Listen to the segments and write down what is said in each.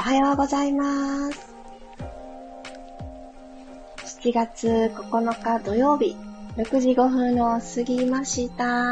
おはようございます。7月9日土曜日、6時5分を過ぎました。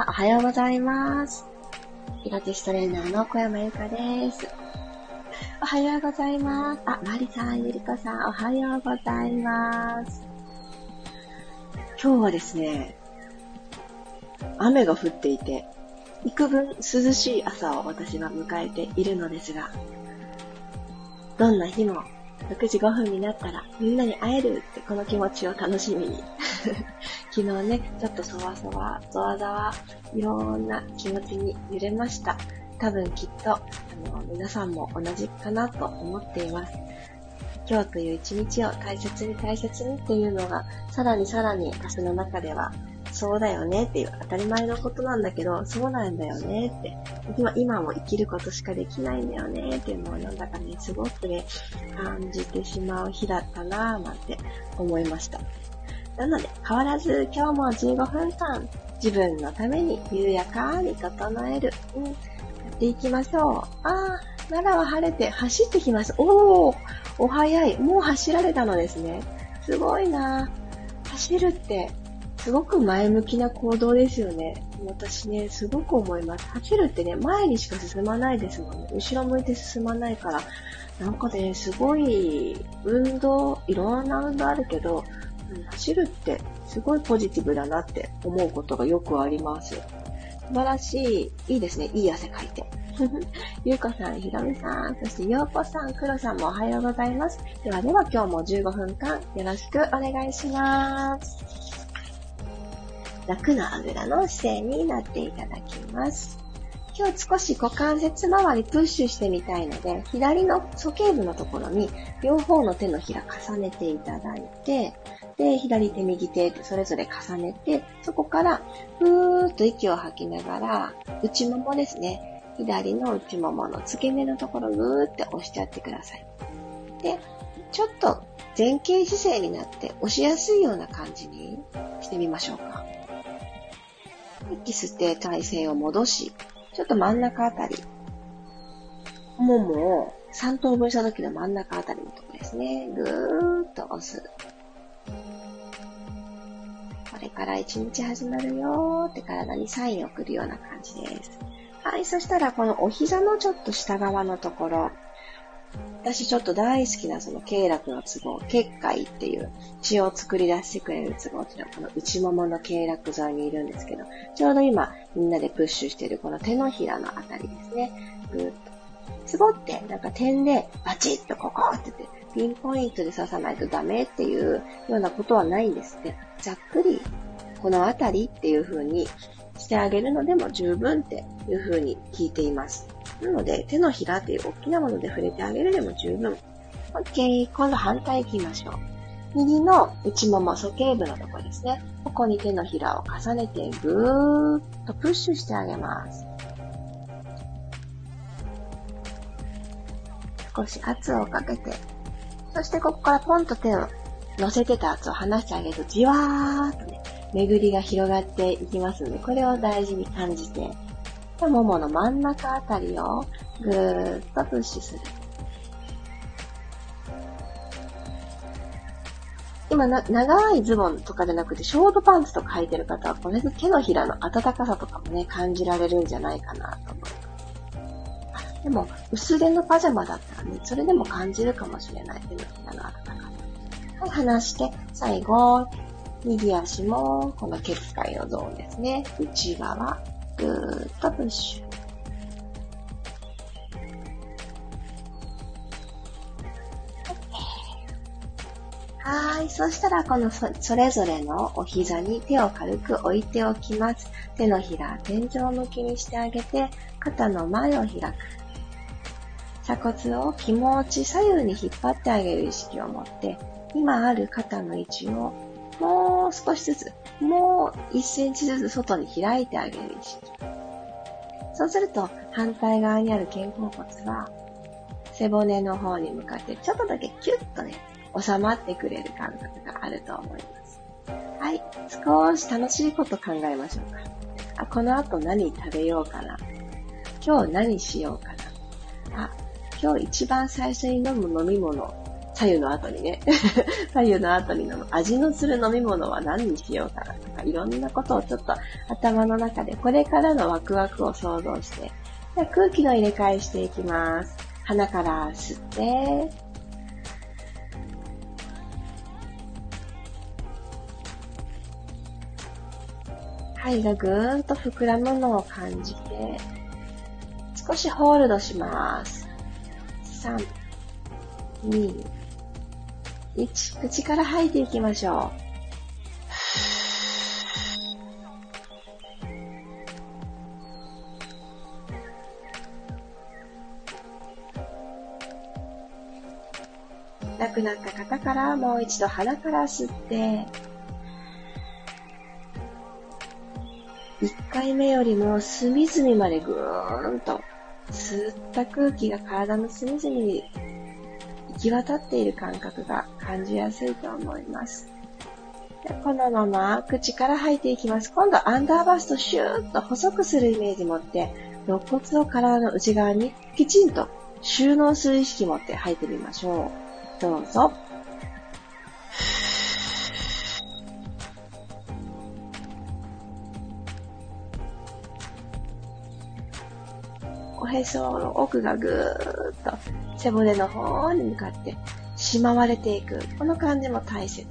おはようございます。ピラティストレーナーの小山由かです。おはようございます。マリさん、ゆりこさん、おはようございます。今日はですね、雨が降っていて、幾分涼しい朝を私は迎えているのですが、どんな日も6時5分になったらみんなに会えるってこの気持ちを楽しみに昨日ね、ちょっとそわそわざわざわいろんな気持ちに揺れました。多分きっと皆さんも同じかなと思っています。今日という一日を大切にっていうのがさらに私の中ではそうだよねっていう当たり前のことなんだけど、そうなんだよねって、今も生きることしかできないんだよねっていうのをなんだかね、すごくね、感じてしまう日だったなぁなんて思いました。なので、変わらず今日も15分間、自分のために緩やかに整える、やっていきましょう。奈良は晴れて走ってきます。お早い。もう走られたのですね。すごいなぁ。走るって、すごく前向きな行動ですよね。私ね、すごく思います。走るってね、前にしか進まないですもんね。後ろ向いて進まないから。なんかね、すごいいろんな運動あるけど、走るってすごいポジティブだなって思うことがよくあります。素晴らしい。いいですね。いい汗かいて。ゆうこさん、ひろみさん、そしてようこさん、くろさんもおはようございます。では今日も15分間よろしくお願いします。楽なあぐらの姿勢になっていただきます。今日少し股関節周りプッシュしてみたいので、左の鼠径部のところに両方の手のひら重ねていただいて、で、左手右手それぞれ重ねて、そこからふーっと息を吐きながら、内ももですね。左の内ももの付け根のところぐーって押しちゃってください。で、ちょっと前傾姿勢になって押しやすいような感じにしてみましょうか。息吸って体勢を戻し、ちょっと真ん中あたり、ももを3等分した時の真ん中あたりのところですね。ぐーっと押す。これから一日始まるよーって体にサインを送るような感じです。はい、そしたらこのお膝のちょっと下側のところ、私ちょっと大好きなその経絡のツボ、結界っていう血を作り出してくれるツボっていうのはこの内ももの経絡沿いにいるんですけど、ちょうど今みんなでプッシュしているこの手のひらのあたりですね。ぐーっと。ツボってなんか点でバチッとここって言ってピンポイントで刺さないとダメっていうようなことはないんですって。ざっくりこのあたりっていう風にしてあげるのでも十分っていう風に聞いています。なので、手のひらっていう大きなもので触れてあげるでも十分。OK。今度反対行きましょう。右の内もも、鼠径部のところですね。ここに手のひらを重ねてぐーっとプッシュしてあげます。少し圧をかけて、そしてここからポンと手を乗せてた圧を離してあげるとじわーっとね、巡りが広がっていきますので、これを大事に感じて、ももの真ん中あたりをぐーっとプッシュする。今長いズボンとかじゃなくてショートパンツとか履いてる方はこれで手のひらの温かさとかもね感じられるんじゃないかなと思います。でも薄手のパジャマだったらねそれでも感じるかもしれない手のひらの温かさ。はい、離して最後右足もこの結界のゾーンですね。内側ぐーっとプッシュ。はい。そしたら、このそれぞれのお膝に手を軽く置いておきます。手のひら、天井向きにしてあげて、肩の前を開く。鎖骨を気持ち左右に引っ張ってあげる意識を持って、今ある肩の位置をもう少しずつ、もう1センチずつ外に開いてあげる意識。そうすると、反対側にある肩甲骨は、背骨の方に向かってちょっとだけキュッとね、収まってくれる感覚があると思います。はい。少し楽しいこと考えましょうか。この後何食べようかな。今日何しようかな。 今日一番最初に飲む飲み物、左右の後にね、左右の後に飲む味のする飲み物は何にしようかなとか、いろんなことをちょっと頭の中でこれからのワクワクを想像して、では空気の入れ替えしていきます。鼻から吸って、肺がぐーんと膨らむのを感じて、少しホールドします。3、2、1、口から吐いていきましょう。なくなった方からもう一度鼻から吸って、1回目よりも隅々までぐーんと吸った空気が体の隅々に行き渡っている感覚が感じやすいと思います。でこのまま口から吐いていきます。今度アンダーバストシューッと細くするイメージ持って、肋骨を体の内側にきちんと収納する意識持って吐いてみましょう。どうぞ。おへその奥がぐーっと背骨の方に向かってしまわれていく。この感じも大切。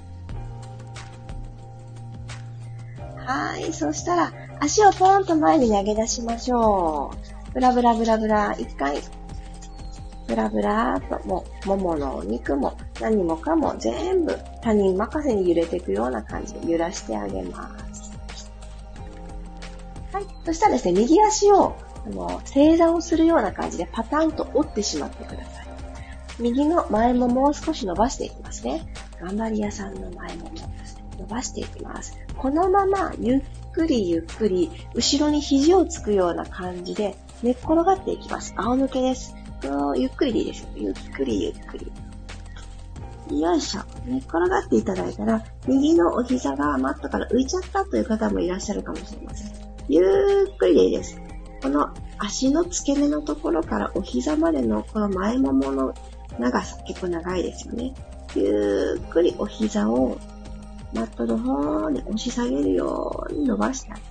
はい。そしたら足をポンと前に投げ出しましょう。ブラブラブラブラ。一回。ブラブラーともものお肉も何もかも全部他人任せに揺れていくような感じで揺らしてあげます。はい。そしたらですね、右足を正座をするような感じでパタンと折ってしまってください。右の前ももを少し伸ばしていきますね。頑張り屋さんの前もも伸ばしていきます。このままゆっくりゆっくり後ろに肘をつくような感じで寝っ転がっていきます。仰向けです。ゆっくりでいいですよ。ゆっくりゆっくり。よいしょ。寝っ転がっていただいたら、右のお膝がマットから浮いちゃったという方もいらっしゃるかもしれません。ゆっくりでいいです。この足の付け根のところからお膝までのこの前ももの長さ、結構長いですよね。ゆっくりお膝をマットの方に押し下げるように伸ばしてあげる。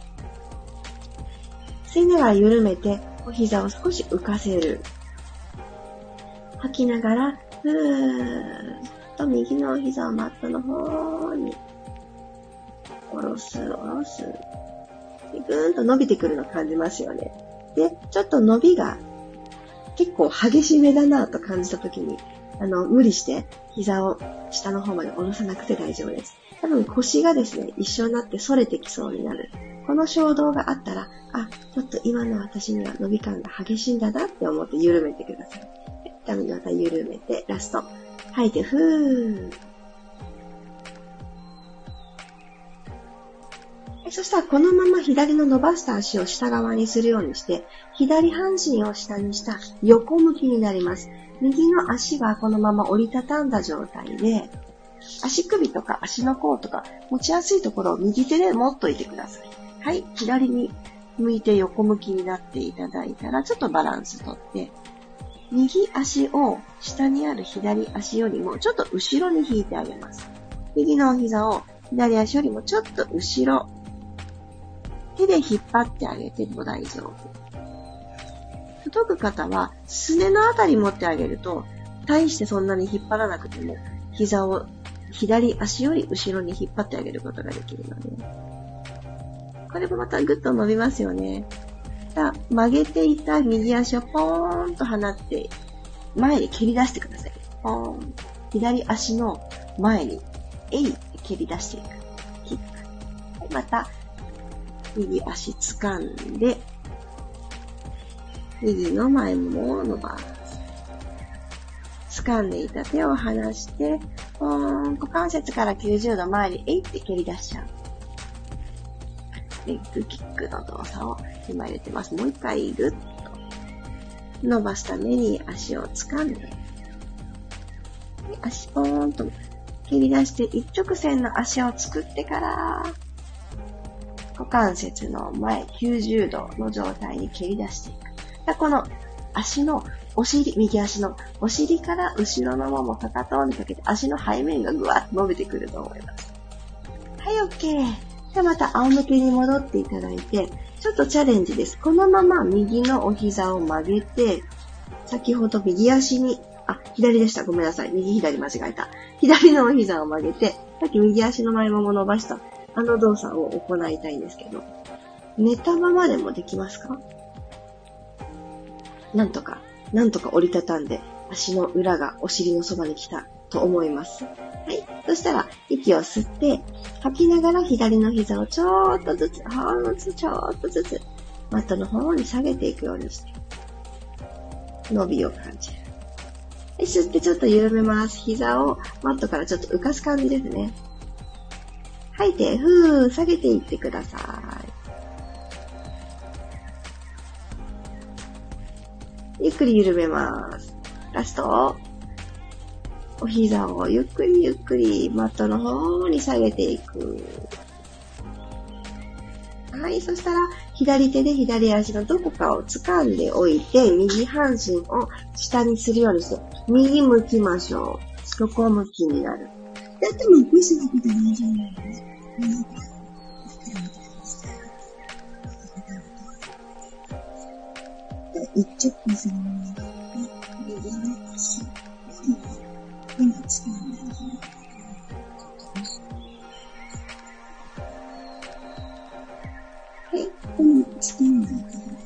吸いながら緩めて、お膝を少し浮かせる。吐きながら、ふーっと右のお膝をマットの方に下ろす、下ろす。ぐーんと伸びてくるのを感じますよね。で、ちょっと伸びが結構激しめだなと感じたときに、無理して膝を下の方まで下ろさなくて大丈夫です。多分腰がですね、一緒になって反れてきそうになる。この衝動があったら、ちょっと今の私には伸び感が激しいんだなって思って緩めてください。ためにまた緩めて、ラスト。吐いて、ふー。そしたらこのまま左の伸ばした足を下側にするようにして、左半身を下にした横向きになります。右の足はこのまま折りたたんだ状態で、足首とか足の甲とか持ちやすいところを右手で持っといてください。はい、左に向いて横向きになっていただいたら、ちょっとバランスとって、右足を下にある左足よりもちょっと後ろに引いてあげます。右のお膝を左足よりもちょっと後ろ。手で引っ張ってあげても大丈夫。太く方はすねのあたり持ってあげると、大してそんなに引っ張らなくても、膝を左足より後ろに引っ張ってあげることができるので。これもまたぐっと伸びますよね。曲げていた右足をポーンと放って、前に蹴り出してください。ポーン。左足の前に、えいって蹴り出していく。キック。また、右足掴んで、右の前ももを伸ばす。掴んでいた手を離して、ポーン。股関節から90度前に、えいって蹴り出しちゃう。レッグキックの動作を今入れてます。もう一回ぐっと伸ばすために足を掴んで、足ポーンと蹴り出して一直線の足を作ってから、股関節の前90度の状態に蹴り出していく。この足のお尻、右足のお尻から後ろのももかかとにかけて足の背面がぐわっと伸びてくると思います。はい、OK。ではまた仰向けに戻っていただいて、ちょっとチャレンジです。このまま右のお膝を曲げて、先ほど右足に、左でした。ごめんなさい。右左間違えた。左のお膝を曲げて、さっき右足の前もも伸ばした動作を行いたいんですけど、寝たままでもできますか？なんとか折りたたんで、足の裏がお尻のそばに来たと思います。はい。そしたら、息を吸って、吐きながら左の膝をちょっとずつ、マットの方に下げていくようにして、伸びを感じる。吸ってちょっと緩めます。膝をマットからちょっと浮かす感じですね。吐いて、下げていってください。ゆっくり緩めます。ラスト。お膝をゆっくりマットの方に下げていく。はい、そしたら左手で左足のどこかを掴んでおいて、右半身を下にするようにして、右向きましょう。横向きになる。で、頭を起こしなくて大丈夫なんです。一直線するものが、右の足、手の力を入れて、はい、この力を入れて、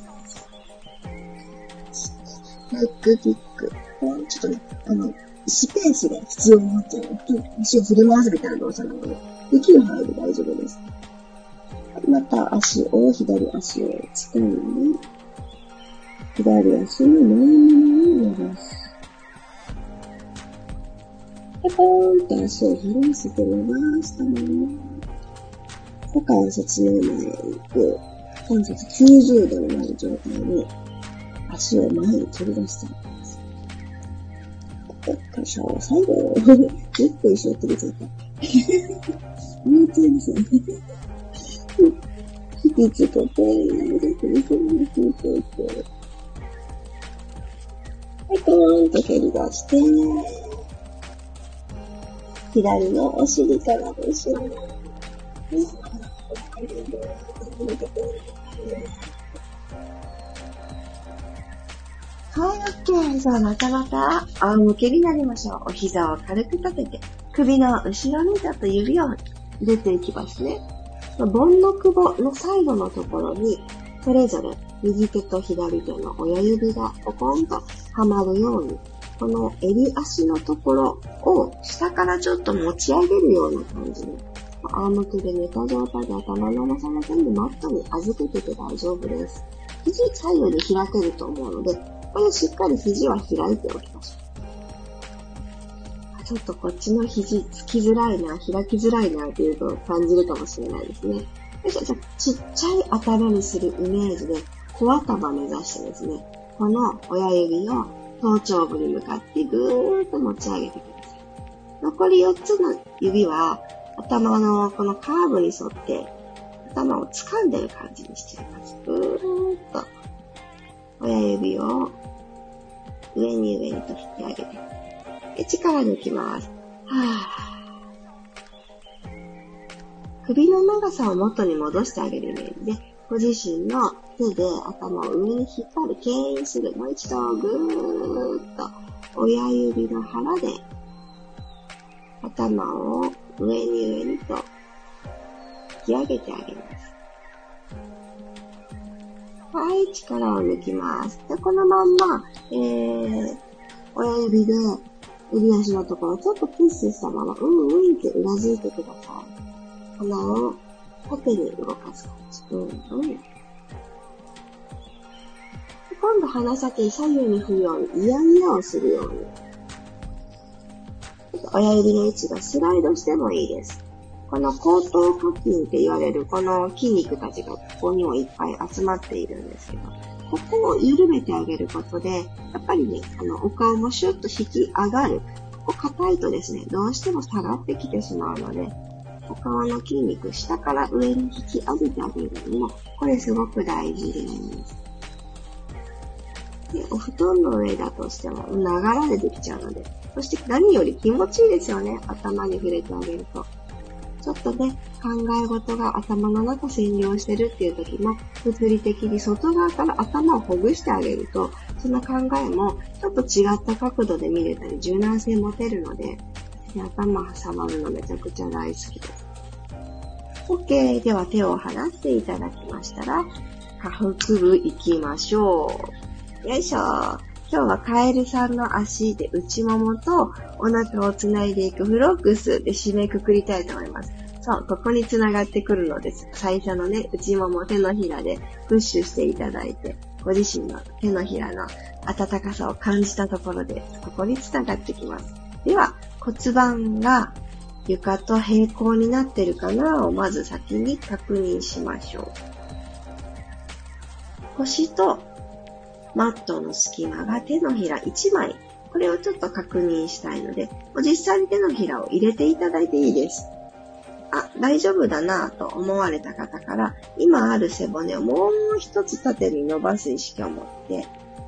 フックキック。ちょっとね、スペースが必要になっちゃうと、足を振り回すみたいな動作なので、できる範囲で大丈夫です。また左足を掴んで、左足に前に戻す。で、ポーンと足を広せて伸ばしたまま、股関節の前に股関節90度になる状態で、足を前に取り出していきます。最後、10分一緒に取れちゃった。思っちゃいますよね。引きつけて、はい、ポーンと蹴り出して、左のお尻から後ろに。はい、OK。じゃあまた仰向けになりましょう。お膝を軽く立てて、首の後ろにちょっと指を入れていきますね。盆のくぼの最後のところに、それぞれ右手と左手の親指がポコンとはまるように、この襟足のところを下からちょっと持ち上げるような感じで、仰向けで寝た状態で頭の重さも全部マットに預けてて大丈夫です。肘左右に開けると思うので、これしっかり肘は開いておきましょう。ちょっとこっちの肘つきづらいな、開きづらいなっていうと感じるかもしれないですね。じゃあちっちゃい頭にするイメージで、小頭目指してですね、この親指を頭頂部に向かってぐーっと持ち上げてください。残り4つの指は頭のこのカーブに沿って頭を掴んでる感じにしています。ぐーっと親指を上にと引き上げて、で力抜きます。首の長さを元に戻してあげるイメージで、ご自身の手で頭を上に引っ張る、牽引する。もう一度ぐーっと親指の腹で頭を上にと引き上げてあげます。はい、力を抜きます。で、このまんま、親指で襟足のところをちょっとプッシュしたまま、ってうなずいてください。鼻を縦に動かす感じ。今度鼻先左右に振るように、イヤイヤをするように。親指の位置がスライドしてもいいです。この後頭下筋って言われるこの筋肉たちがここにもいっぱい集まっているんですけど、ここを緩めてあげることで、やっぱりね、お顔もシュッと引き上がる。ここ硬いとですね、どうしても下がってきてしまうので、お顔の筋肉下から上に引き上げてあげるのも、これすごく大事です。 で、お布団の上だとしても、ながらでできちゃうので。そして何より気持ちいいですよね。頭に触れてあげると。ちょっとね、考え事が頭の中占領してるっていう時も、物理的に外側から頭をほぐしてあげると、その考えもちょっと違った角度で見れたり、柔軟性持てるので、頭触るのめちゃくちゃ大好きです。OK。では手を離していただきましたら、下腹部行きましょう。よいしょ。今日はカエルさんの足で内ももとお腹をつないでいくフロックスで締めくくりたいと思います。そう、ここにつながってくるのです。最初のね、内もも手のひらでプッシュしていただいて、ご自身の手のひらの温かさを感じたところで、ここにつながってきます。では、骨盤が床と平行になってるかなをまず先に確認しましょう。腰とマットの隙間が手のひら1枚。これをちょっと確認したいので、実際に手のひらを入れていただいていいです。大丈夫だなぁと思われた方から、今ある背骨をもう一つ縦に伸ばす意識を持って、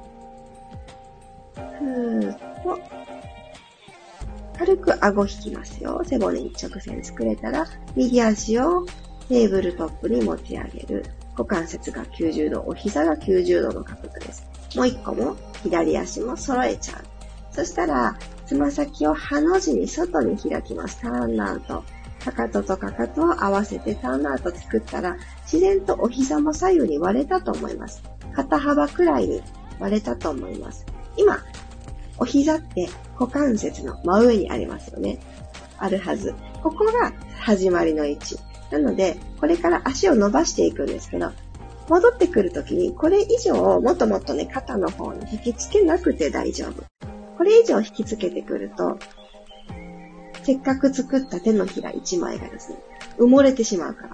ふーっと、軽く顎引きますよ。背骨に直線作れたら、右足をテーブルトップに持ち上げる。股関節が90度、お膝が90度の角度です。もう一個も左足も揃えちゃう。そしたら、つま先をハの字に外に開きます。ターンアウト。かかととかかとを合わせてターンアウト作ったら、自然とお膝も左右に割れたと思います。肩幅くらいに割れたと思います。今、お膝って股関節の真上にありますよね。あるはず。ここが始まりの位置。なので、これから足を伸ばしていくんですけど、戻ってくるときに、これ以上もっともっとね、肩の方に引きつけなくて大丈夫。これ以上引きつけてくると、せっかく作った手のひら1枚がですね、埋もれてしまうから。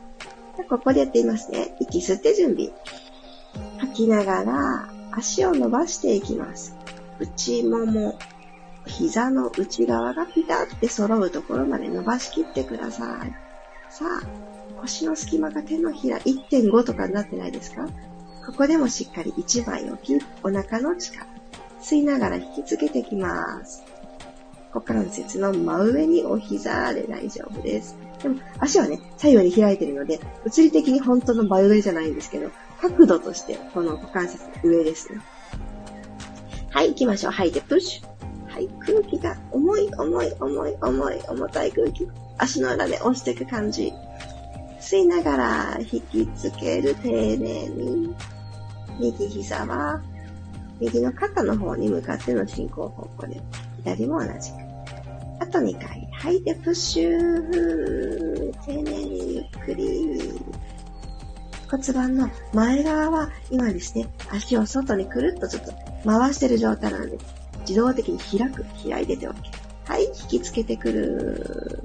ここでやってみますね。息吸って準備。吐きながら、足を伸ばしていきます。内もも、膝の内側がピタって揃うところまで伸ばしきってください。さあ、腰の隙間が手のひら 1.5 とかになってないですか？ここでもしっかり1枚をキープ。お腹の力。吸いながら引きつけてきます。股関節の真上にお膝で大丈夫です。でも足はね、左右に開いてるので、物理的に本当の真上じゃないんですけど、角度としてこの股関節の上ですね。はい、行きましょう。吐いてプッシュ。はい、空気が重たい空気。足の裏で押していく感じ。吸いながら引きつける。丁寧に。右膝は右の肩の方に向かっての進行方向で。左も同じく。あと2回。吐いてプッシュ。丁寧にゆっくり。骨盤の前側は今ですね、足を外にくるっとちょっと回してる状態なんです。自動的に開いてて OK。はい、引きつけてくる。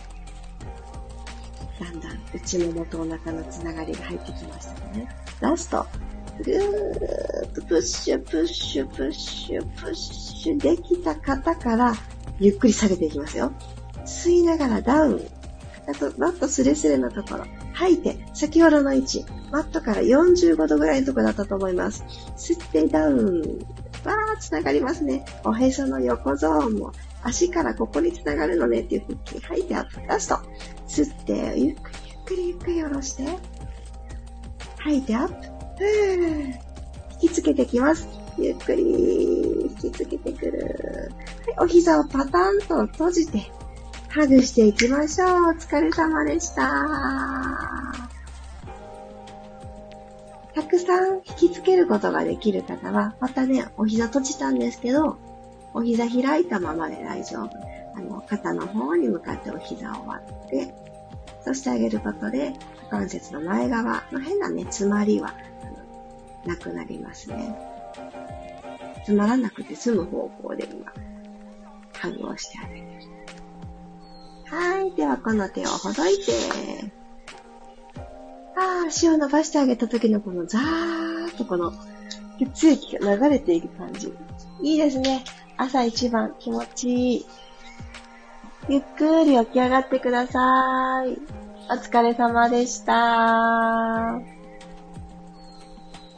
だんだん内ももとお腹のつながりが入ってきましたね。ラスト。ぐーっとプッシュ。できた方からゆっくり下げていきますよ。吸いながらダウン。あと、マットスレスレのところ。吐いて、先ほどの位置。マットから45度ぐらいのところだったと思います。吸ってダウン。つながりますね。おへその横ゾーンも、足からここにつながるのねっていう腹筋。吐いてアップ。ラスト。吸って、ゆっくり下ろして。吐いてアップ。引きつけてきます。ゆっくり引きつけてくる。はい、お膝をパタンと閉じて、ハグしていきましょう。お疲れ様でした。たくさん引きつけることができる方は、またね、お膝閉じたんですけど、お膝開いたままで大丈夫。肩の方に向かってお膝を割って、そうしてあげることで、股関節の前側の変なね、詰まりは、なくなりますね。詰まらなくて済む方向で今、ハグをしてあげる。はい。では、この手をほどいて、足を伸ばしてあげた時のこのザーッとこの血液が流れていく感じ。いいですね。朝一番気持ちいい。ゆっくり起き上がってください。お疲れ様でした。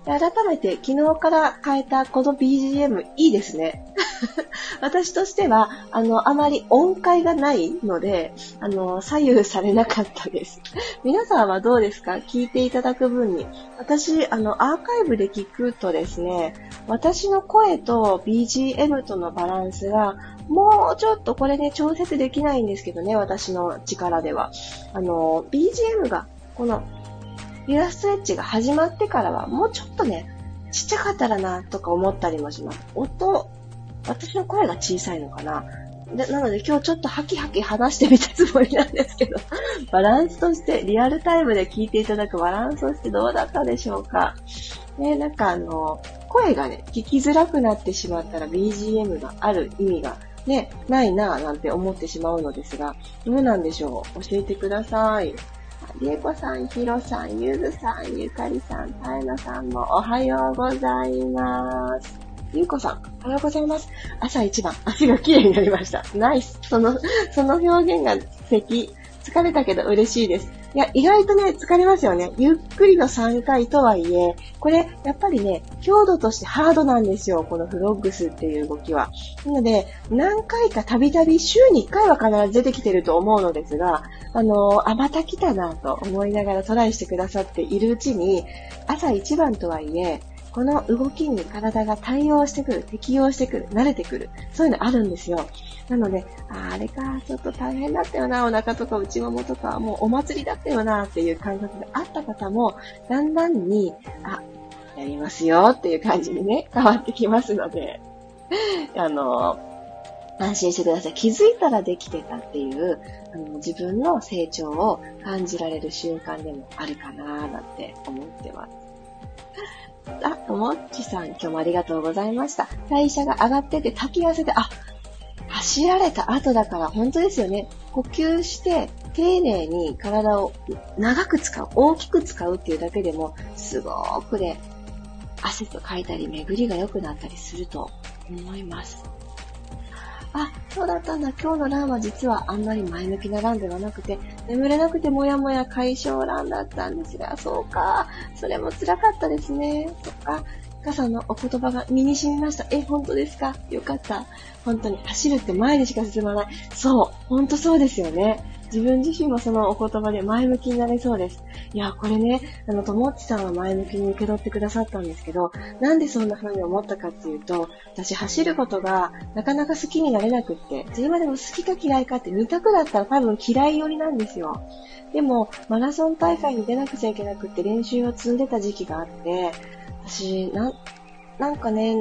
改めて昨日から変えたこの BGM いいですね。私としては、あまり音階がないので、左右されなかったです。皆さんはどうですか？聞いていただく分に。私、アーカイブで聞くとですね、私の声と BGM とのバランスが、もうちょっとこれね、調節できないんですけどね、私の力では。BGM が、この、イラストエッジが始まってからは、もうちょっとね、ちっちゃかったらな、とか思ったりもします。私の声が小さいのかな。なので今日ちょっとハキハキ話してみたつもりなんですけど、バランスとして、リアルタイムで聞いていただくバランスとしてどうだったでしょうか。ね、なんか声がね、聞きづらくなってしまったら BGM がある意味がね、ないなぁなんて思ってしまうのですが、どうなんでしょう。教えてください。りえこさん、ひろさん、ゆずさん、ゆかりさん、たえなさんもおはようございます。ゆうこさん、おはようございます。朝一番、足が綺麗になりました。ナイス。その表現が素敵。疲れたけど嬉しいです。いや、意外とね、疲れますよね。ゆっくりの3回とはいえ、これ、やっぱりね、強度としてハードなんですよ。このフロッグスっていう動きは。なので、何回かたびたび週に1回は必ず出てきてると思うのですが、また来たなと思いながらトライしてくださっているうちに、朝一番とはいえ、この動きに体が対応してくる、適応してくる、慣れてくる。そういうのあるんですよ。なので、あれか、ちょっと大変だったよな、お腹とか内ももとか、もうお祭りだったよな、っていう感覚があった方も、だんだんに、やりますよ、っていう感じにね、変わってきますので、安心してください。気づいたらできてたっていう、自分の成長を感じられる瞬間でもあるかな、なんて思ってます。もっちさん、今日もありがとうございました。代謝が上がってて炊き汗で、走られた後だから本当ですよね。呼吸して丁寧に体を長く使う、大きく使うっていうだけでも、すごくね、汗とかいたり巡りが良くなったりすると思います。そうだったんだ。今日のランは実はあんまり前向きなランではなくて、眠れなくてもやもや解消ランだったんですが、そうか。それも辛かったですね。そっか。かさんのお言葉が身に染みました。本当ですか？よかった。本当に走るって前にしか進まない。そう。本当そうですよね。自分自身もそのお言葉で前向きになれそうです。いや、これね、ともっちさんは前向きに受け取ってくださったんですけど、なんでそんな風に思ったかっていうと、私走ることがなかなか好きになれなくって、今でも好きか嫌いかって2択だったら多分嫌い寄りなんですよ。でも、マラソン大会に出なくちゃいけなくって練習を積んでた時期があって、私、なんかね、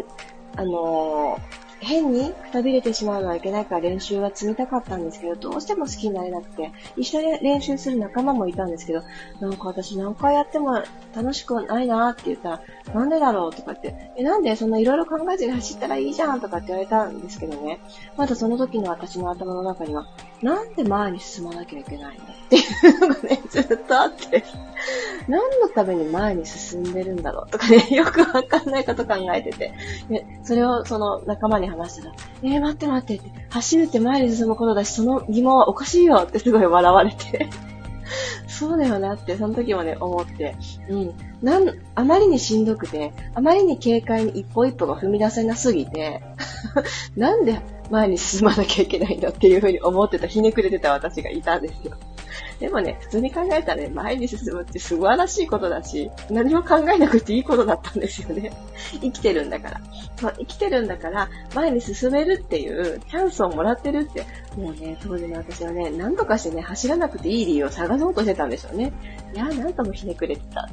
変にくたびれてしまうのはいけないから練習は積みたかったんですけど、どうしても好きになれなくて、一緒に練習する仲間もいたんですけど、なんか私何回やっても楽しくないなって言ったら、なんでだろうとかって、なんでそんないろいろ考えずに走ったらいいじゃんとかって言われたんですけどね、まだその時の私の頭の中には、なんで前に進まなきゃいけないのっていうのがね、ずっとあって、何のために前に進んでるんだろうとかね、よくわかんないこと考えてて、でそれをその仲間に話したら、待ってって、走るって前に進むことだし、その疑問はおかしいよってすごい笑われて、そうだよなってその時もね思って、あまりにしんどくて、あまりに軽快に一歩一歩が踏み出せなすぎて、なんで前に進まなきゃいけないんだっていうふうに思ってた、ひねくれてた私がいたんですよ。でもね、普通に考えたらね、前に進むって素晴らしいことだし、何も考えなくていいことだったんですよね。生きてるんだから。そう、生きてるんだから、前に進めるっていうチャンスをもらってるって、もうね、当時の私はね、何とかしてね、走らなくていい理由を探そうとしてたんでしょうね。いや、なんともひねくれてた。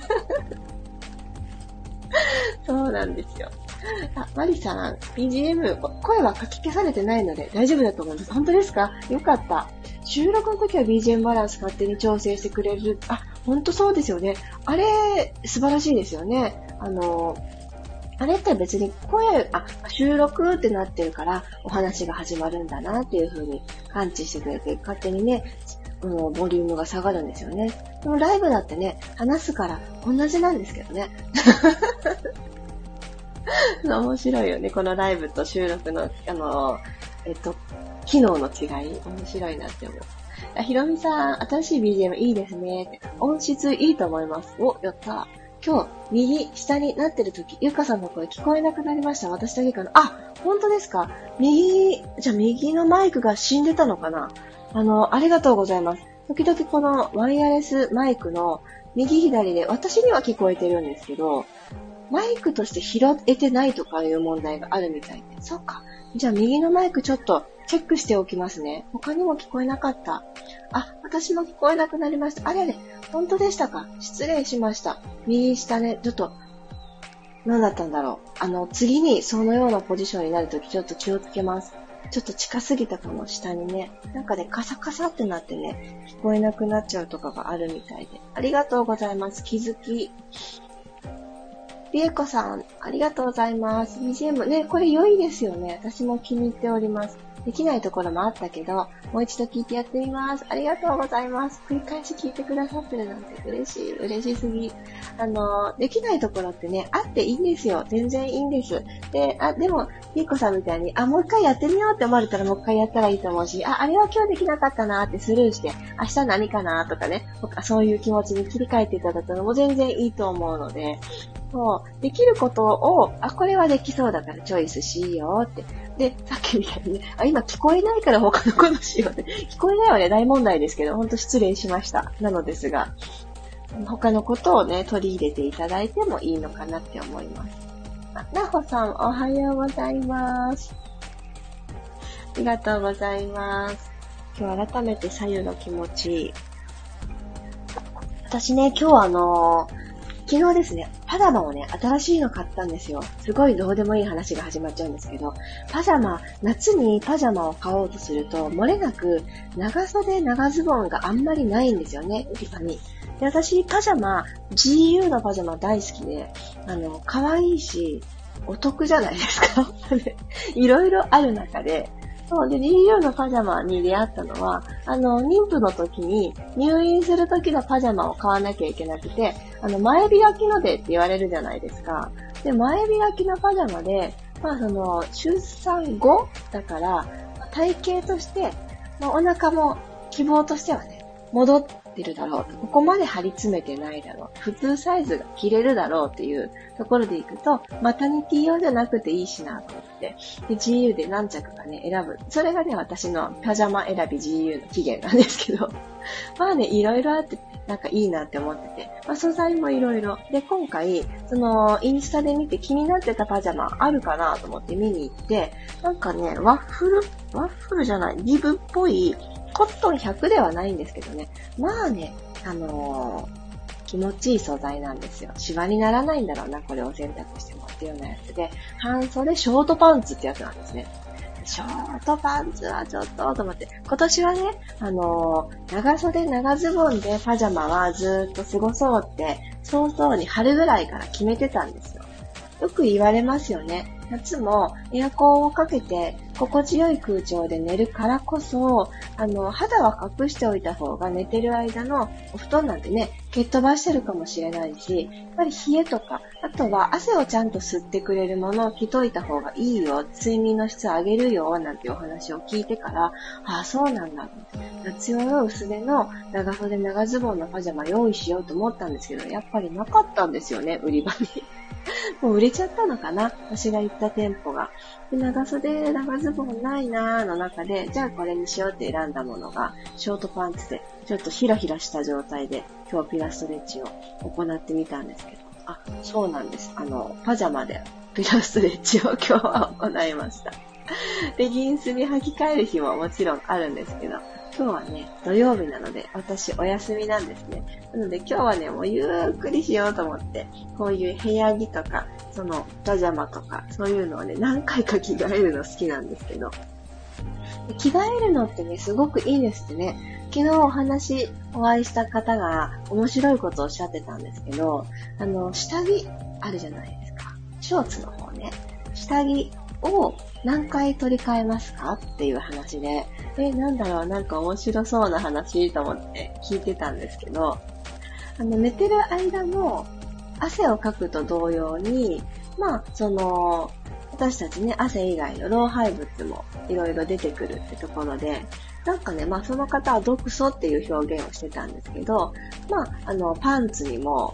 そうなんですよ。マリさん、BGM、声は書き消されてないので大丈夫だと思います。本当ですか？よかった。収録の時は BGM バランス勝手に調整してくれる。本当そうですよね。あれ、素晴らしいですよね。あれって別に収録ってなってるからお話が始まるんだなっていう風に感知してくれて、勝手にね、ボリュームが下がるんですよね。でもライブだってね、話すから同じなんですけどね。面白いよね。このライブと収録の、機能の違い、面白いなって思う。ひろみさん、新しい BGM いいですね。音質いいと思います。やった。 今日、右下になってる時、ゆかさんの声聞こえなくなりました。私だけかな。あ、本当ですか？じゃあ右のマイクが死んでたのかな？ありがとうございます。時々このワイヤレスマイクの右左で私には聞こえてるんですけど、マイクとして拾えてないとかいう問題があるみたいで。そうか。じゃあ右のマイクちょっとチェックしておきますね。他にも聞こえなかった。あ、私も聞こえなくなりました。あれ、本当でしたか？失礼しました。右下ね、ちょっと、何だったんだろう。次にそのようなポジションになるときちょっと気をつけます。ちょっと近すぎたかも、下にね。なんかね、カサカサってなってね、聞こえなくなっちゃうとかがあるみたいで。ありがとうございます。気づき。りえこさん、ありがとうございます。BGM ね、これ良いですよね。私も気に入っております。できないところもあったけど、もう一度聞いてやってみます。ありがとうございます。繰り返し聞いてくださってるなんて嬉しすぎ。できないところってね、あっていいんですよ。全然いいんです。でも、りえこさんみたいに、もう一回やってみようって思われたらもう一回やったらいいと思うし、あれは今日できなかったなってスルーして、明日何かなとかね、そういう気持ちに切り替えていただくのも全然いいと思うので、そう、できることを、これはできそうだからチョイスしようって。で、さっきみたいにね、今聞こえないから他のことしようって。聞こえないはね、大問題ですけど、ほんと失礼しました。なのですが、他のことをね、取り入れていただいてもいいのかなって思います。なほさん、おはようございます。ありがとうございます。今日改めて左右の気持ち。私ね、今日昨日ですね、パジャマをね、新しいの買ったんですよ。すごいどうでもいい話が始まっちゃうんですけど、夏にパジャマを買おうとすると、漏れなく長袖長ズボンがあんまりないんですよね、売り場に。で、私、GU のパジャマ大好きで、可愛いし、お得じゃないですかいろいろある中で、そうで、GU のパジャマに出会ったのは、妊婦の時に入院する時のパジャマを買わなきゃいけなくて、前開きのでって言われるじゃないですか。で、前開きのパジャマで、出産後だから、体型として、お腹も希望としてはね、戻ってるだろう。ここまで張り詰めてないだろう。普通サイズが着れるだろうっていうところでいくと、マタニティ用じゃなくていいしなと思って。で、GU で何着かね、選ぶ。それがね、私のパジャマ選び GU の期限なんですけど。いろいろあって、なんかいいなって思ってて。素材もいろいろ。で、今回、インスタで見て気になってたパジャマあるかなと思って見に行って、なんかね、ワッフルじゃない、リブっぽい、コットン100ではないんですけどね。気持ちいい素材なんですよ。シワにならないんだろうな、これを洗濯してもっていうようなやつで、半袖ショートパンツってやつなんですね。ショートパンツはちょっと思って。今年はね、長袖長ズボンでパジャマはずっと過ごそうって、早々に春ぐらいから決めてたんですよ。よく言われますよね。夏もエアコンをかけて心地よい空調で寝るからこそ、肌は隠しておいた方が寝てる間のお布団なんてね、蹴っ飛ばしてるかもしれないし、やっぱり冷えとか、あとは汗をちゃんと吸ってくれるものを着といた方がいいよ、睡眠の質を上げるよ、なんていうお話を聞いてから、そうなんだ。夏用の薄手の長袖長ズボンのパジャマ用意しようと思ったんですけど、やっぱりなかったんですよね、売り場に。もう売れちゃったのかな、私が行った店舗が。で、長袖長ズボンないなーの中で、じゃあこれにしようって選んだものが、ショートパンツで、ちょっとヒラヒラした状態で、今日ピラストレッチを行ってみたんですけど、そうなんです。パジャマでピラストレッチを今日は行いました。レギンスに履き替える日ももちろんあるんですけど、今日はね、土曜日なので、私お休みなんですね。なので今日はね、もうゆっくりしようと思って、こういう部屋着とか、パジャマとか、そういうのをね、何回か着替えるの好きなんですけど、着替えるのってね、すごくいいですってね。昨日お会いした方が面白いことをおっしゃってたんですけど、下着あるじゃないですか。ショーツの方ね。下着を何回取り替えますかっていう話で、なんだろう、なんか面白そうな話と思って聞いてたんですけど、寝てる間も汗をかくと同様に、私たちね、汗以外の老廃物もいろいろ出てくるってところで、なんかね、その方は毒素っていう表現をしてたんですけど、パンツにも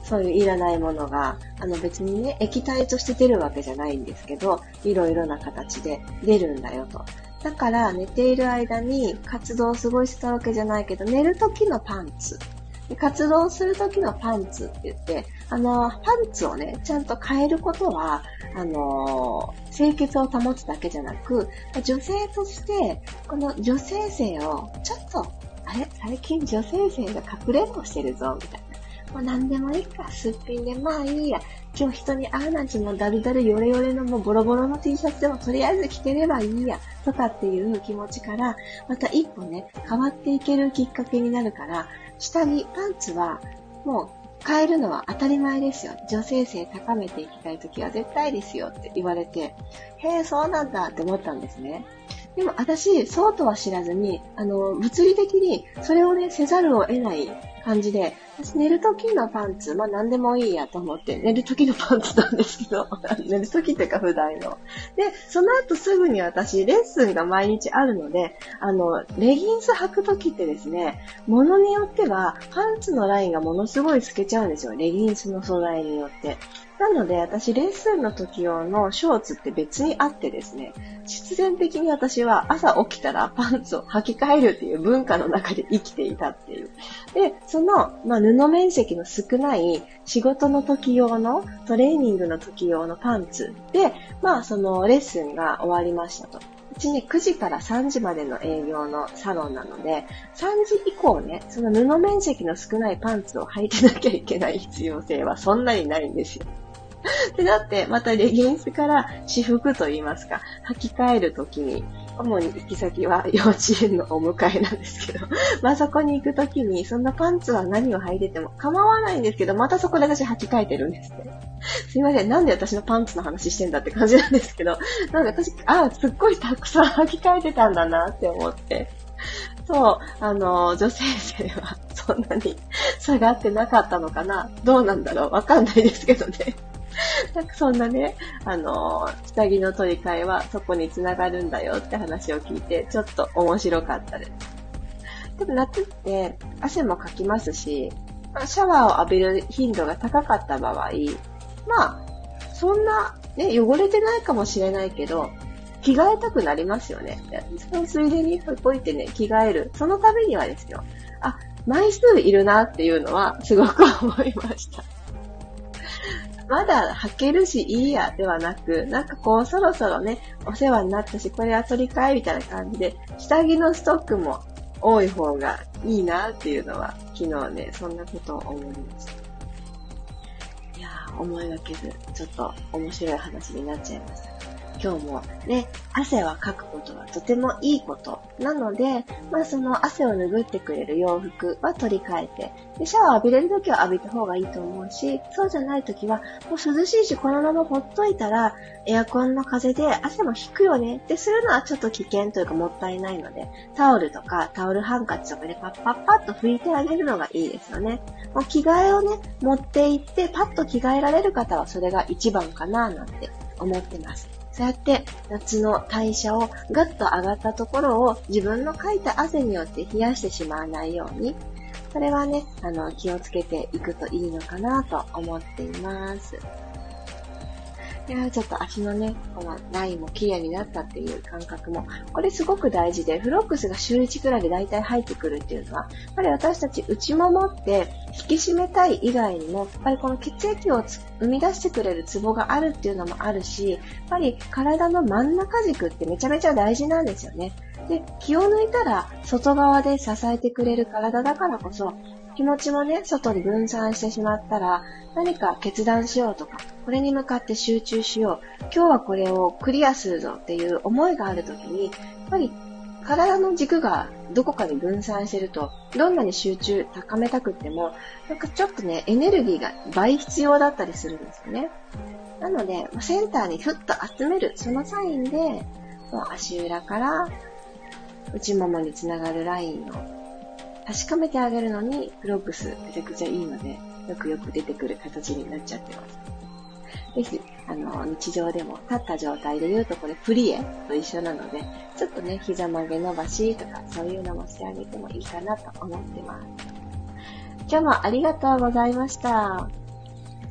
そういういらないものが、別にね、液体として出るわけじゃないんですけど、いろいろな形で出るんだよと。だから寝ている間に活動をすごいしてたわけじゃないけど、寝る時のパンツ。活動する時のパンツって言って、パンツをね、ちゃんと変えることは、清潔を保つだけじゃなく、女性として、この女性性を、ちょっと、最近女性性が隠れもしてるぞ、みたいな。もう何でもいいか、すっぴんで、まあいいや。今日人に会うなんてもうダルダルヨレヨレのもうボロボロの T シャツでもとりあえず着てればいいや。とかっていう気持ちから、また一歩ね、変わっていけるきっかけになるから、下着、パンツはもう変えるのは当たり前ですよ。女性性高めていきたいときは絶対ですよって言われて、へえ、そうなんだって思ったんですね。でも私、そうとは知らずに、物理的にそれをね、せざるを得ない感じで、私寝る時のパンツ、まあ何でもいいやと思って、寝る時のパンツなんですけど、寝る時っていうか普段の。で、その後すぐに私、レッスンが毎日あるので、レギンス履く時ってですね、ものによっては、パンツのラインがものすごい透けちゃうんですよ。レギンスの素材によって。なので、私、レッスンの時用のショーツって別にあってですね、必然的に私は朝起きたらパンツを履き替えるっていう文化の中で生きていたっていう。で、その、布面積の少ない仕事の時用のトレーニングの時用のパンツで、そのレッスンが終わりましたと。うちね、9時から3時までの営業のサロンなので、3時以降ね、その布面積の少ないパンツを履いてなきゃいけない必要性はそんなにないんですよ。ってなって、またレギンスから私服と言いますか、履き替えるときに、主に行き先は幼稚園のお迎えなんですけど、そこに行くときに、そんなパンツは何を履いてても構わないんですけど、またそこで私履き替えてるんですね。すいません、なんで私のパンツの話してんだって感じなんですけど、なんか私、すっごいたくさん履き替えてたんだなって思って。そう、女性性はそんなに下がってなかったのかな、どうなんだろう、わかんないですけどね。なんかそんなね、下着の取り替えはそこに繋がるんだよって話を聞いて、ちょっと面白かったです。でも夏って汗もかきますし、シャワーを浴びる頻度が高かった場合、そんな、ね、汚れてないかもしれないけど、着替えたくなりますよね。そのついでにポイってね、着替える。そのためにはですよ。枚数いるなっていうのはすごく思いました。まだ履けるしいいやではなく、なんかこうそろそろね、お世話になったし、これは取り替えみたいな感じで、下着のストックも多い方がいいなっていうのは、昨日ね、そんなことを思いました。いやー、思いがけず、ちょっと面白い話になっちゃいました。今日もね、汗はかくことはとてもいいことなので、その汗を拭ってくれる洋服は取り替えて、でシャワー浴びれるときは浴びた方がいいと思うし、そうじゃないときはもう涼しいしこのままほっといたらエアコンの風で汗も引くよねってするのはちょっと危険というかもったいないので、タオルとかタオルハンカチとかでパッパッパッと拭いてあげるのがいいですよね。もう着替えをね、持って行ってパッと着替えられる方はそれが一番かななんて思ってます。そうやって夏の代謝をガッと上がったところを自分のかいた汗によって冷やしてしまわないように、それはね、気をつけていくといいのかなと思っています。いやちょっと足のね、このラインも綺麗になったっていう感覚も、これすごく大事で、フロックスが週1くらいで大体入ってくるっていうのは、やっぱり私たち内ももって引き締めたい以外にも、やっぱりこの血液を生み出してくれるツボがあるっていうのもあるし、やっぱり体の真ん中軸ってめちゃめちゃ大事なんですよね。で、気を抜いたら外側で支えてくれる体だからこそ、気持ちもね、外に分散してしまったら、何か決断しようとか、これに向かって集中しよう、今日はこれをクリアするぞっていう思いがあるときに、やっぱり体の軸がどこかに分散してると、どんなに集中高めたくっても、なんかちょっとね、エネルギーが倍必要だったりするんですよね。なので、センターにふっと集める、そのサインで、もう足裏から内ももにつながるラインを確かめてあげるのに、フロックスめちゃくちゃいいので、よくよく出てくる形になっちゃってます。ぜひ、日常でも立った状態で言うとこれプリエと一緒なので、ちょっとね、膝曲げ伸ばしとか、そういうのもしてあげてもいいかなと思ってます。今日もありがとうございました。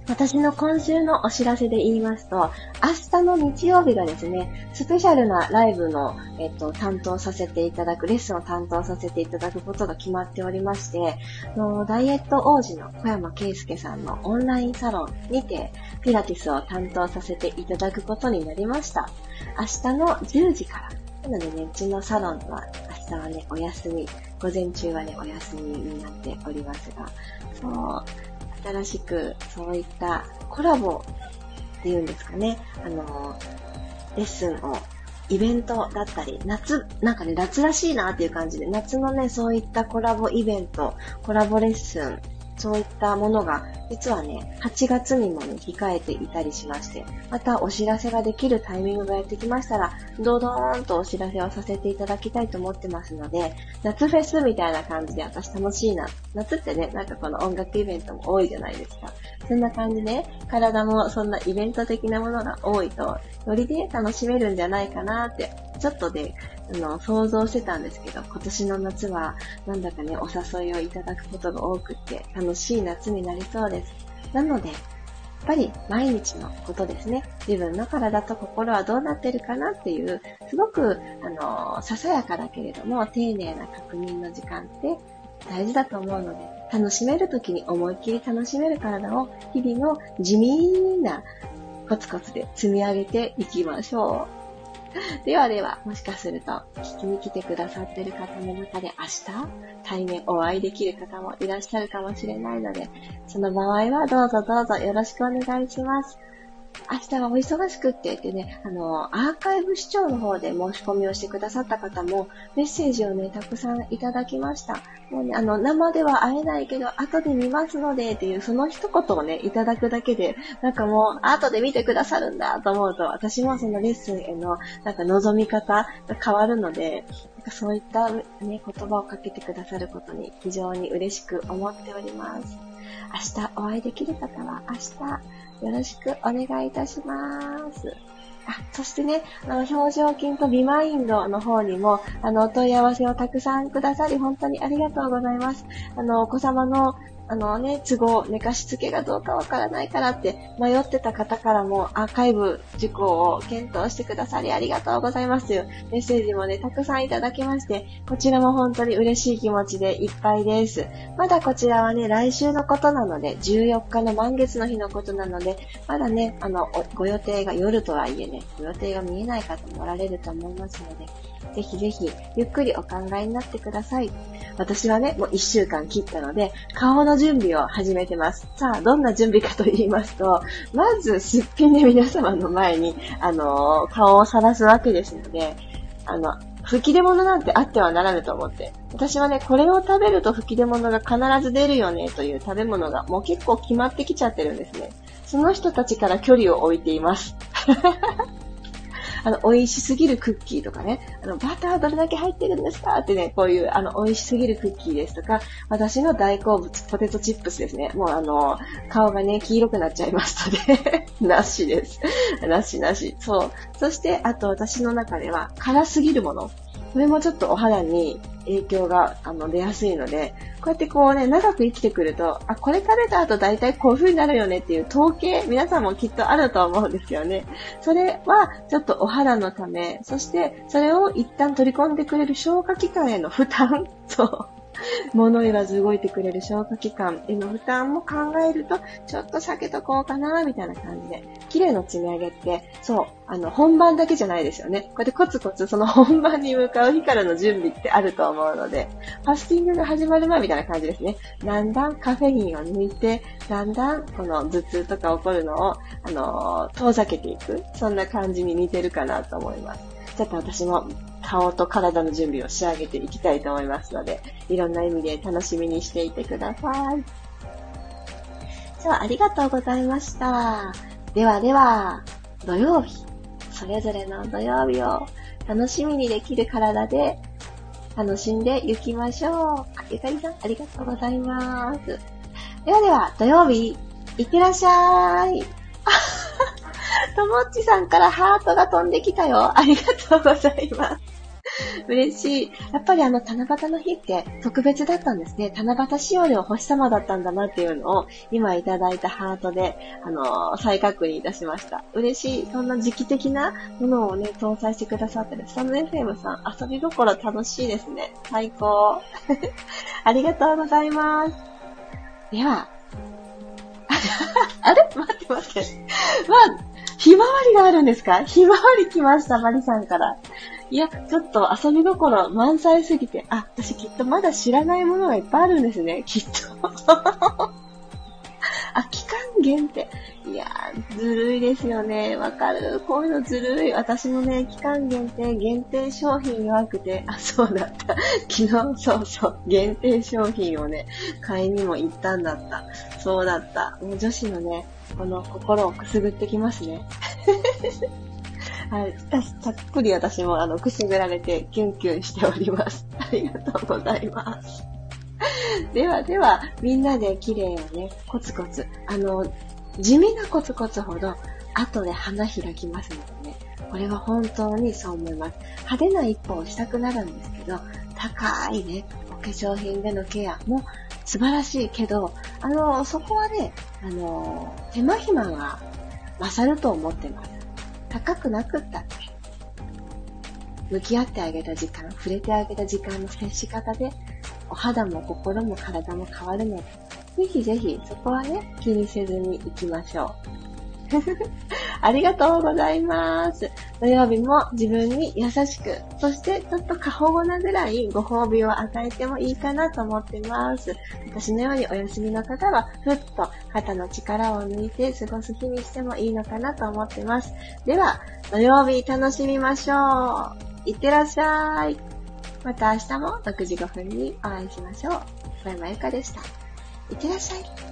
私の今週のお知らせで言いますと、明日の日曜日がですね、スペシャルなライブの、担当させていただく、レッスンを担当させていただくことが決まっておりまして、ダイエット王子の小山圭介さんのオンラインサロンにて、ピラティスを担当させていただくことになりました。明日の10時から。なのでね、うちのサロンは明日はね、お休み。午前中はね、お休みになっておりますが、新しくそういったコラボっていうんですかね、レッスンをイベントだったり、夏らしいなっていう感じで、夏のね、そういったコラボイベント、コラボレッスン、そういったものが、実はね、8月にもね、控えていたりしまして、またお知らせができるタイミングがやってきましたら、どどーんとお知らせをさせていただきたいと思ってますので、夏フェスみたいな感じで私楽しいな。夏ってね、なんかこの音楽イベントも多いじゃないですか。そんな感じで、体もそんなイベント的なものが多いと、よりね、楽しめるんじゃないかなって、ちょっとね、想像してたんですけど、今年の夏は、なんだかね、お誘いをいただくことが多くって、楽しい夏になりそうです。なので、やっぱり毎日のことですね。自分の体と心はどうなってるかなっていう、すごく、ささやかだけれども、丁寧な確認の時間って大事だと思うので、楽しめるときに思いっきり楽しめる体を、日々の地味なコツコツで積み上げていきましょう。ではでは、もしかすると聞きに来てくださっている方の中で明日対面お会いできる方もいらっしゃるかもしれないので、その場合はどうぞどうぞよろしくお願いします。明日はお忙しくって言ってね、アーカイブ視聴の方で申し込みをしてくださった方もメッセージをね、たくさんいただきました。もうね、生では会えないけど、後で見ますのでっていう、その一言をね、いただくだけで、なんかもう、後で見てくださるんだと思うと、私もそのレッスンへの、なんか望み方が変わるので、なんかそういったね、言葉をかけてくださることに非常に嬉しく思っております。明日お会いできる方は明日、よろしくお願いいたします。そしてね、表情筋とビマインドの方にも、お問い合わせをたくさんくださり、本当にありがとうございます。お子様の、都合、寝かしつけがどうかわからないからって迷ってた方からもアーカイブ受講を検討してくださりありがとうございますというメッセージもね、たくさんいただきまして、こちらも本当に嬉しい気持ちでいっぱいです。まだこちらはね、来週のことなので、14日の満月の日のことなので、まだね、ご予定が夜とはいえね、ご予定が見えない方もおられると思いますので、ぜひぜひ、ゆっくりお考えになってください。私はね、もう1週間切ったので、顔の準備を始めてます。さあ、どんな準備かと言いますと、まず、すっぴんで皆様の前に、顔を晒すわけですので、吹き出物なんてあってはならぬと思って。私はね、これを食べると吹き出物が必ず出るよねという食べ物がもう結構決まってきちゃってるんですね。その人たちから距離を置いています。美味しすぎるクッキーとかね、バターどれだけ入ってるんですかってね、こういう、美味しすぎるクッキーですとか、私の大好物、ポテトチップスですね。もう顔がね、黄色くなっちゃいますので、なしです。なし。そう。そして、あと私の中では、辛すぎるもの。これもちょっとお肌に影響が出やすいので、こうやってこうね、長く生きてくると、これ食べた後大体こういう風になるよねっていう統計、皆さんもきっとあると思うんですよね。それはちょっとお肌のため、そしてそれを一旦取り込んでくれる消化器官への負担、そう。物言わず動いてくれる消化器官への負担も考えると、ちょっと避けとこうかな、みたいな感じで。綺麗の積み上げって、そう、本番だけじゃないですよね。こうやってコツコツその本番に向かう日からの準備ってあると思うので、ファスティングが始まる前みたいな感じですね。だんだんカフェインを抜いて、だんだんこの頭痛とか起こるのを、遠ざけていく。そんな感じに似てるかなと思います。ちょっと私も顔と体の準備を仕上げていきたいと思いますので、いろんな意味で楽しみにしていてください。ありがとうございました。では、土曜日、それぞれの土曜日を楽しみにできる体で楽しんでいきましょう。ゆかりさん、ありがとうございます。では、土曜日、いってらっしゃい。ともっちさんからハートが飛んできたよ。ありがとうございます。 嬉しい。やっぱり七夕の日って特別だったんですね。七夕仕様でお星様だったんだなっていうのを今いただいたハートで、再確認いたしました。嬉しい。そんな時期的なものをね、搭載してくださってるスタンド FM さん、遊び心楽しいですね。最高。ありがとうございます。では、あれ待って待って。ひまわりがあるんですか？ひまわり来ました、マリさんから。いや、ちょっと遊び心満載すぎて、私きっとまだ知らないものがいっぱいあるんですね、きっと。期間限定。いやー、ずるいですよね。わかる。こういうのずるい。私もね、期間限定商品弱くて、そうだった。昨日、そう、限定商品をね、買いにも行ったんだった。そうだった。もう女子のね、この心をくすぐってきますね。はい。たっぷり私もくすぐられてキュンキュンしております。ありがとうございます。では、みんなで綺麗をね、コツコツ。地味なコツコツほど、後で花開きますのでね。これは本当にそう思います。派手な一歩をしたくなるんですけど、高いね、お化粧品でのケアも素晴らしいけど、そこはね、手間暇が勝ると思ってます。高くなくったって。向き合ってあげた時間、触れてあげた時間の接し方で、お肌も心も体も変わるので、ぜひぜひそこはね、気にせずに行きましょう。ありがとうございます。土曜日も自分に優しく、そしてちょっと過保護なぐらいご褒美を与えてもいいかなと思ってます。私のようにお休みの方は、ふっと肩の力を抜いて過ごす日にしてもいいのかなと思ってます。では、土曜日楽しみましょう。いってらっしゃい。また明日も6時5分にお会いしましょう。小山由かでした。いってらっしゃい。